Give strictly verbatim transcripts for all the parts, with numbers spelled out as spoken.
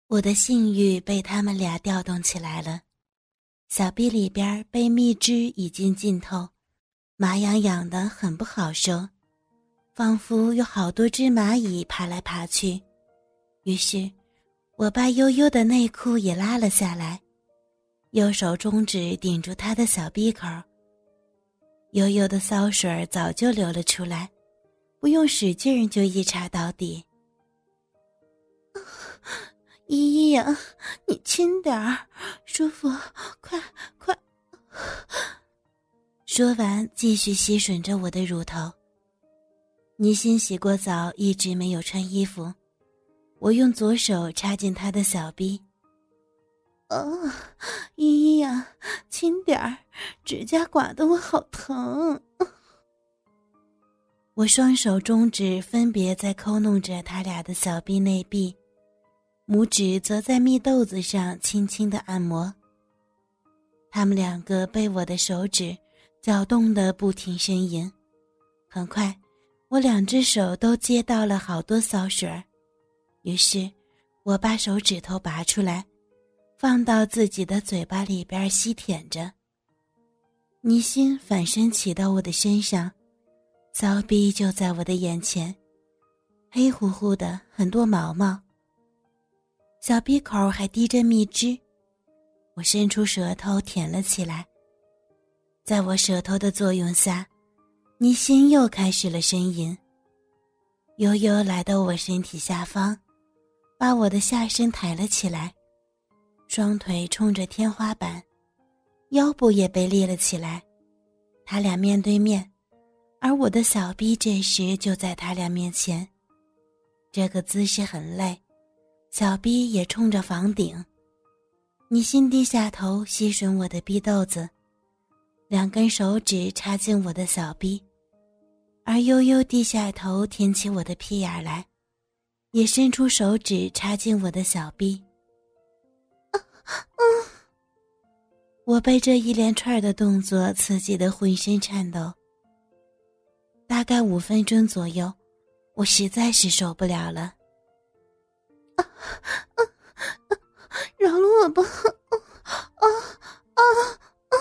我的性欲被他们俩调动起来了，小臂里边被蜜汁已经浸透，麻痒痒的很不好受，仿佛有好多只蚂蚁爬来爬去。于是我把悠悠的内裤也拉了下来，右手中指顶住他的小鼻口，悠悠的骚水早就流了出来，不用使劲就一插到底。依依呀，你轻点儿，舒服，快快。说完继续吸吮着我的乳头。倪心洗过澡，一直没有穿衣服，我用左手插进他的小臂。哦，依依呀，轻点儿，指甲刮得我好疼。我双手中指分别在抠弄着他俩的小臂内壁，拇指则在蜜豆子上轻轻地按摩。他们两个被我的手指搅动得不停呻吟。很快，我两只手都接到了好多骚水，于是我把手指头拔出来，放到自己的嘴巴里边吸舔着。倪心反身骑到我的身上，骚逼就在我的眼前，黑乎乎的，很多毛毛，小鼻口还滴着蜜汁。我伸出舌头舔了起来，在我舌头的作用下，倪心又开始了呻吟。悠悠来到我身体下方，把我的下身抬了起来，双腿冲着天花板，腰部也被立了起来。他俩面对面，而我的小臂这时就在他俩面前。这个姿势很累，小臂也冲着房顶。倪心低下头吸吮我的逼豆子，两根手指插进我的小臂，而悠悠低下头舔起我的屁眼来，也伸出手指插进我的小臂。啊啊！我被这一连串的动作刺激得浑身颤抖。大概五分钟左右，我实在是受不了了。啊啊啊！饶了我吧！啊啊啊！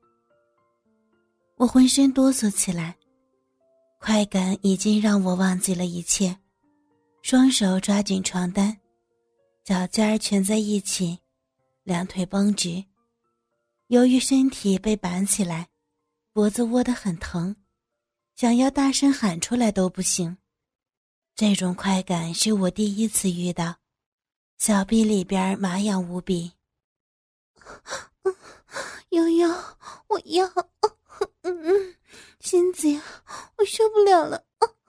我浑身哆嗦起来，快感已经让我忘记了一切，双手抓紧床单，脚尖蜷在一起，两腿绷直。由于身体被绑起来，脖子窝得很疼，想要大声喊出来都不行。这种快感是我第一次遇到，小臂里边麻痒无比。悠悠，我要，嗯嗯，心子呀，我受不了了。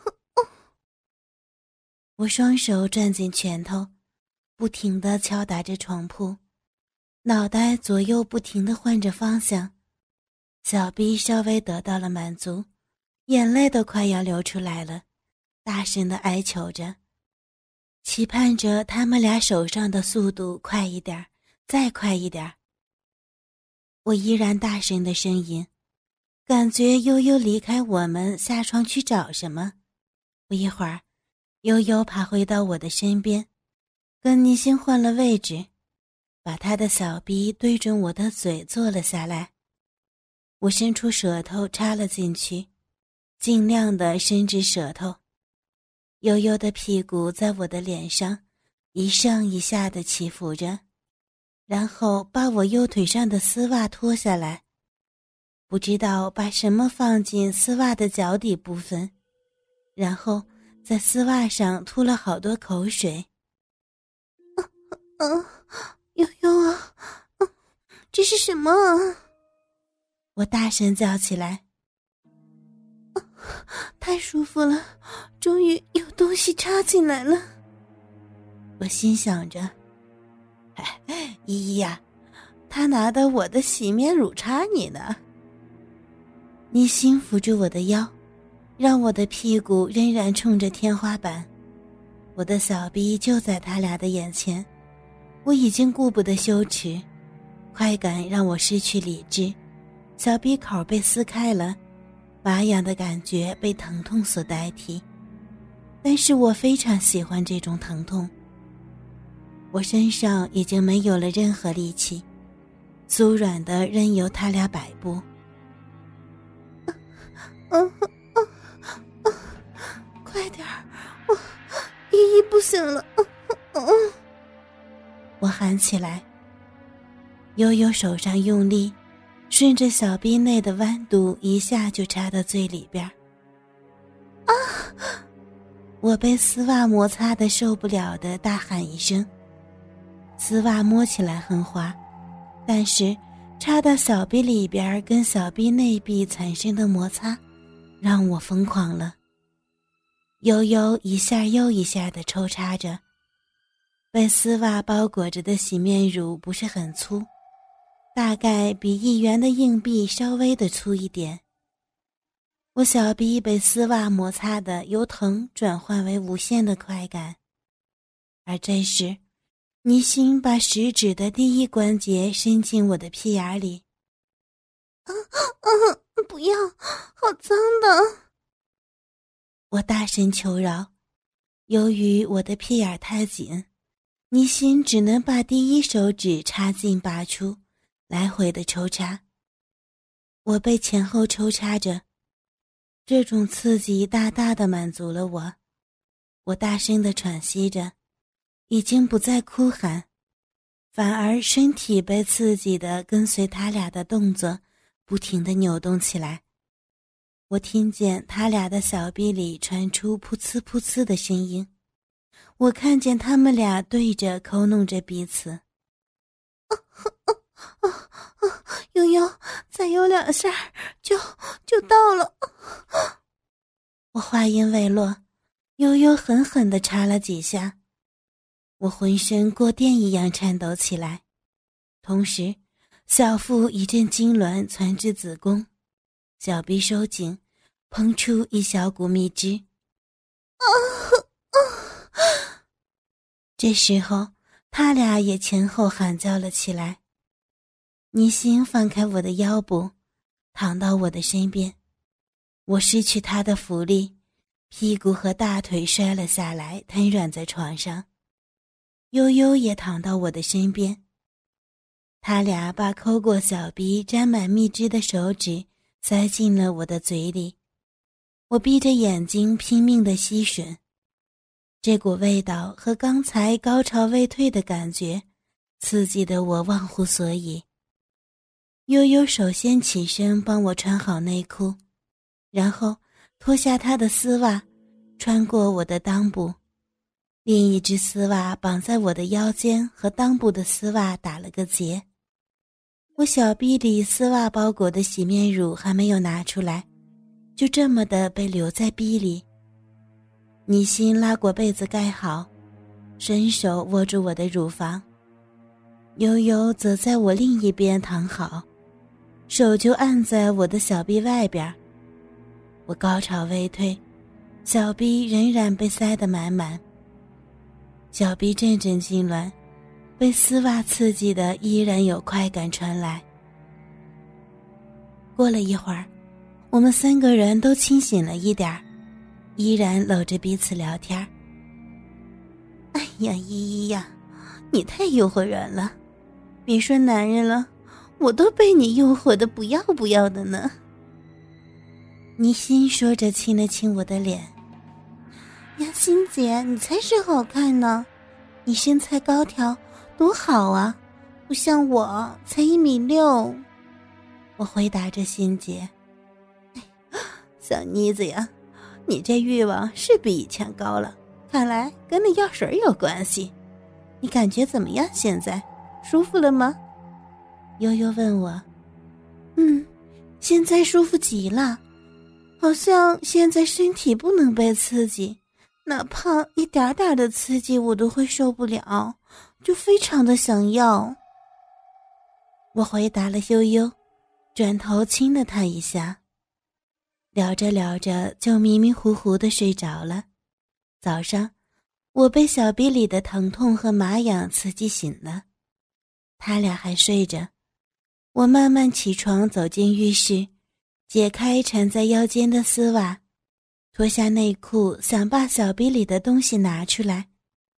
我双手攥紧拳头，不停地敲打着床铺，脑袋左右不停地换着方向。小臂稍微得到了满足，眼泪都快要流出来了，大声地哀求着，期盼着他们俩手上的速度快一点，再快一点。我依然大声地呻吟，感觉悠悠离开我们下床去找什么。不一会儿，悠悠爬回到我的身边，跟倪心换了位置，把他的小臂对准我的嘴坐了下来。我伸出舌头插了进去，尽量地伸直舌头。悠悠的屁股在我的脸上一上一下地起伏着，然后把我右腿上的丝袜脱下来，不知道把什么放进丝袜的脚底部分，然后在丝袜上吐了好多口水。啊啊，悠悠啊，啊，这是什么啊？我大声叫起来。啊，太舒服了，终于有东西插进来了。我心想着，哎，依依呀，他拿的我的洗面乳插你呢。倪心扶住我的腰，让我的屁股仍然冲着天花板，我的小臂就在他俩的眼前。我已经顾不得羞耻，快感让我失去理智，小鼻口被撕开了，麻痒的感觉被疼痛所代替，但是我非常喜欢这种疼痛。 我身上已经没有了任何力气，酥软的任由他俩摆布。 嗯嗯嗯，快点儿，我依依不行了。嗯嗯， 我喊起来。悠悠手上用力，顺着小臂内的弯度一下就插到最里边。 啊！ 我被丝袜摩擦得受不了的大喊一声。丝袜摸起来很滑，但是插到小臂里边跟小臂内壁产生的摩擦让我疯狂了。悠悠一下又一下地抽插着，被丝袜包裹着的洗面乳不是很粗，大概比一元的硬币稍微的粗一点。我小臂被丝袜摩擦的由疼转换为无限的快感，而这时倪心把食指的第一关节伸进我的屁眼里。 啊啊！不要，好脏的！ 我大声求饶。由于我的屁眼太紧，倪心只能把第一手指插进拔出，来回的抽插。我被前后抽插着，这种刺激大大的满足了我。我大声地喘息着，已经不再哭喊，反而身体被刺激的跟随他俩的动作不停地扭动起来。我听见他俩的小臂里传出噗呲噗呲的声音，我看见他们俩对着抠弄着彼此。 啊啊啊啊！悠悠，再有两下就就到了。 我话音未落，悠悠狠狠地插了几下，我浑身过电一样颤抖起来，同时小腹一阵痉挛传至子宫，小臂收紧，喷出一小股蜜汁。 啊啊！ 这时候他俩也前后喊叫了起来。倪心放开我的腰部，躺到我的身边，我失去他的浮力，屁股和大腿摔了下来，瘫软在床上。悠悠也躺到我的身边，他俩把抠过小臂沾满蜜汁的手指塞进了我的嘴里，我闭着眼睛拼命地吸吮，这股味道和刚才高潮未退的感觉刺激得我忘乎所以。悠悠首先起身帮我穿好内裤，然后脱下她的丝袜穿过我的裆部，另一只丝袜绑在我的腰间和裆部的丝袜打了个结。我小臂里丝袜包裹的洗面乳还没有拿出来，就这么的被留在臂里。倪心拉过被子盖好，伸手握住我的乳房，悠悠则在我另一边躺好，手就按在我的小臂外边。我高潮未退，小臂仍然被塞得满满，小臂阵阵痉挛，被丝袜刺激的依然有快感传来。过了一会儿，我们三个人都清醒了一点，依然搂着彼此聊天。 哎呀，依依呀，你太诱惑人了，别说男人了，我都被你诱惑的不要不要的呢。 倪心说着亲了亲我的脸。 呀，心姐，你才是好看呢，你身材高挑多好啊，不像我才一米六。 我回答着心姐。 哎，小妮子呀，你这欲望是比以前高了，看来跟那药水有关系。你感觉怎么样？现在舒服了吗？ 悠悠问我。 嗯，现在舒服极了，好像现在身体不能被刺激，哪怕一点点的刺激我都会受不了，就非常的想要。 我回答了悠悠，转头亲了他一下。聊着聊着就迷迷糊糊地睡着了。早上我被小臂里的疼痛和麻痒刺激醒了，他俩还睡着。我慢慢起床，走进浴室，解开缠在腰间的丝袜，脱下内裤，想把小臂里的东西拿出来。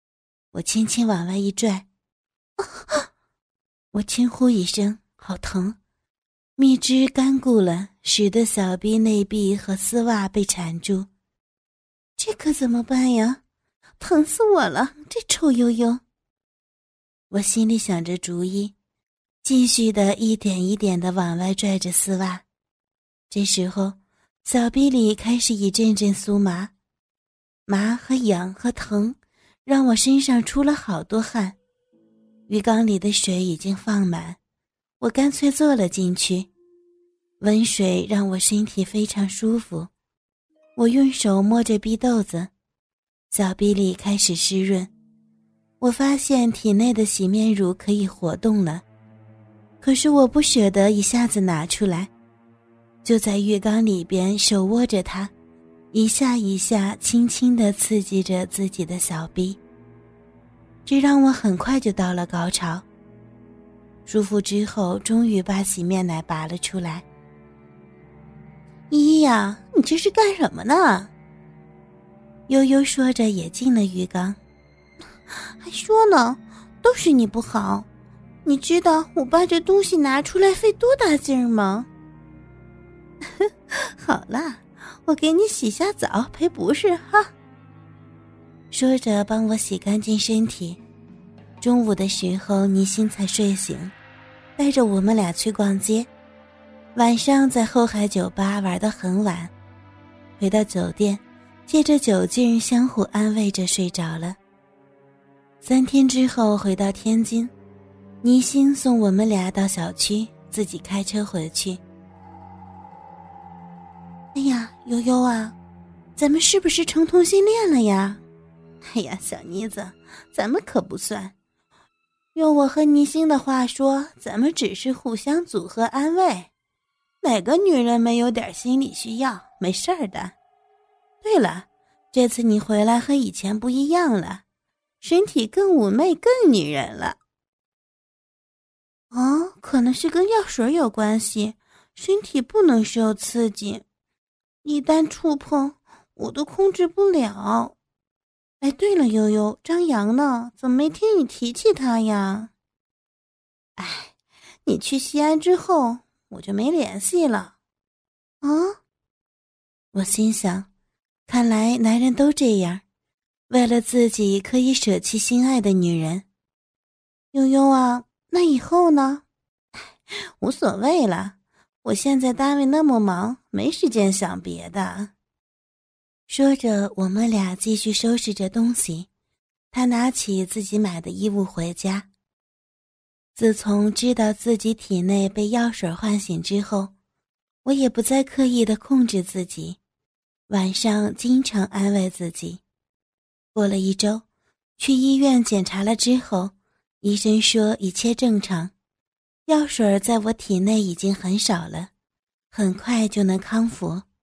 我轻轻往外一拽，啊，我轻呼一声，好疼！蜜汁干固了，使得小臂内壁和丝袜被缠住。 这可怎么办呀？疼死我了，这臭悠悠！ 我心里想着主意，继续的一点一点的往外拽着丝袜。这时候小臂里开始一阵阵酥麻，麻和痒和疼让我身上出了好多汗。浴缸里的水已经放满，我干脆坐了进去。温水让我身体非常舒服，我用手摸着逼豆子，小臂里开始湿润。我发现体内的洗面乳可以活动了，可是我不舍得一下子拿出来，就在浴缸里边手握着它，一下一下轻轻地刺激着自己的小臂。这让我很快就到了高潮。舒服之后，终于把洗面奶拔了出来。 依依呀，你这是干什么呢？ 悠悠说着也进了浴缸。 还说呢，都是你不好。你知道我把这东西拿出来费多大劲儿吗？好啦，我给你洗下澡赔不是哈。 说着帮我洗干净身体。中午的时候倪星才睡醒，带着我们俩去逛街，晚上在后海酒吧玩得很晚，回到酒店借着酒劲相互安慰着睡着了。三天之后回到天津，倪星送我们俩到小区，自己开车回去。 哎呀，悠悠啊，咱们是不是成同性恋了呀？哎呀，小妮子，咱们可不算。用我和倪星的话说，咱们只是互相组合安慰。哪个女人没有点心理需要？没事儿的。对了，这次你回来和以前不一样了，身体更妩媚更女人了。哦，可能是跟药水有关系，身体不能受刺激，一旦触碰我都控制不了。哎，对了，悠悠，张扬呢？怎么没听你提起他呀？哎，你去西安之后我就没联系了。啊？ 我心想，看来男人都这样，为了自己可以舍弃心爱的女人。 悠悠啊，那以后呢？无所谓了，我现在单位那么忙，没时间想别的。 说着我们俩继续收拾着东西，他拿起自己买的衣物回家。自从知道自己体内被药水唤醒之后，我也不再刻意地控制自己，晚上经常安慰自己。过了一周，去医院检查了之后，医生说一切正常，药水在我体内已经很少了，很快就能康复。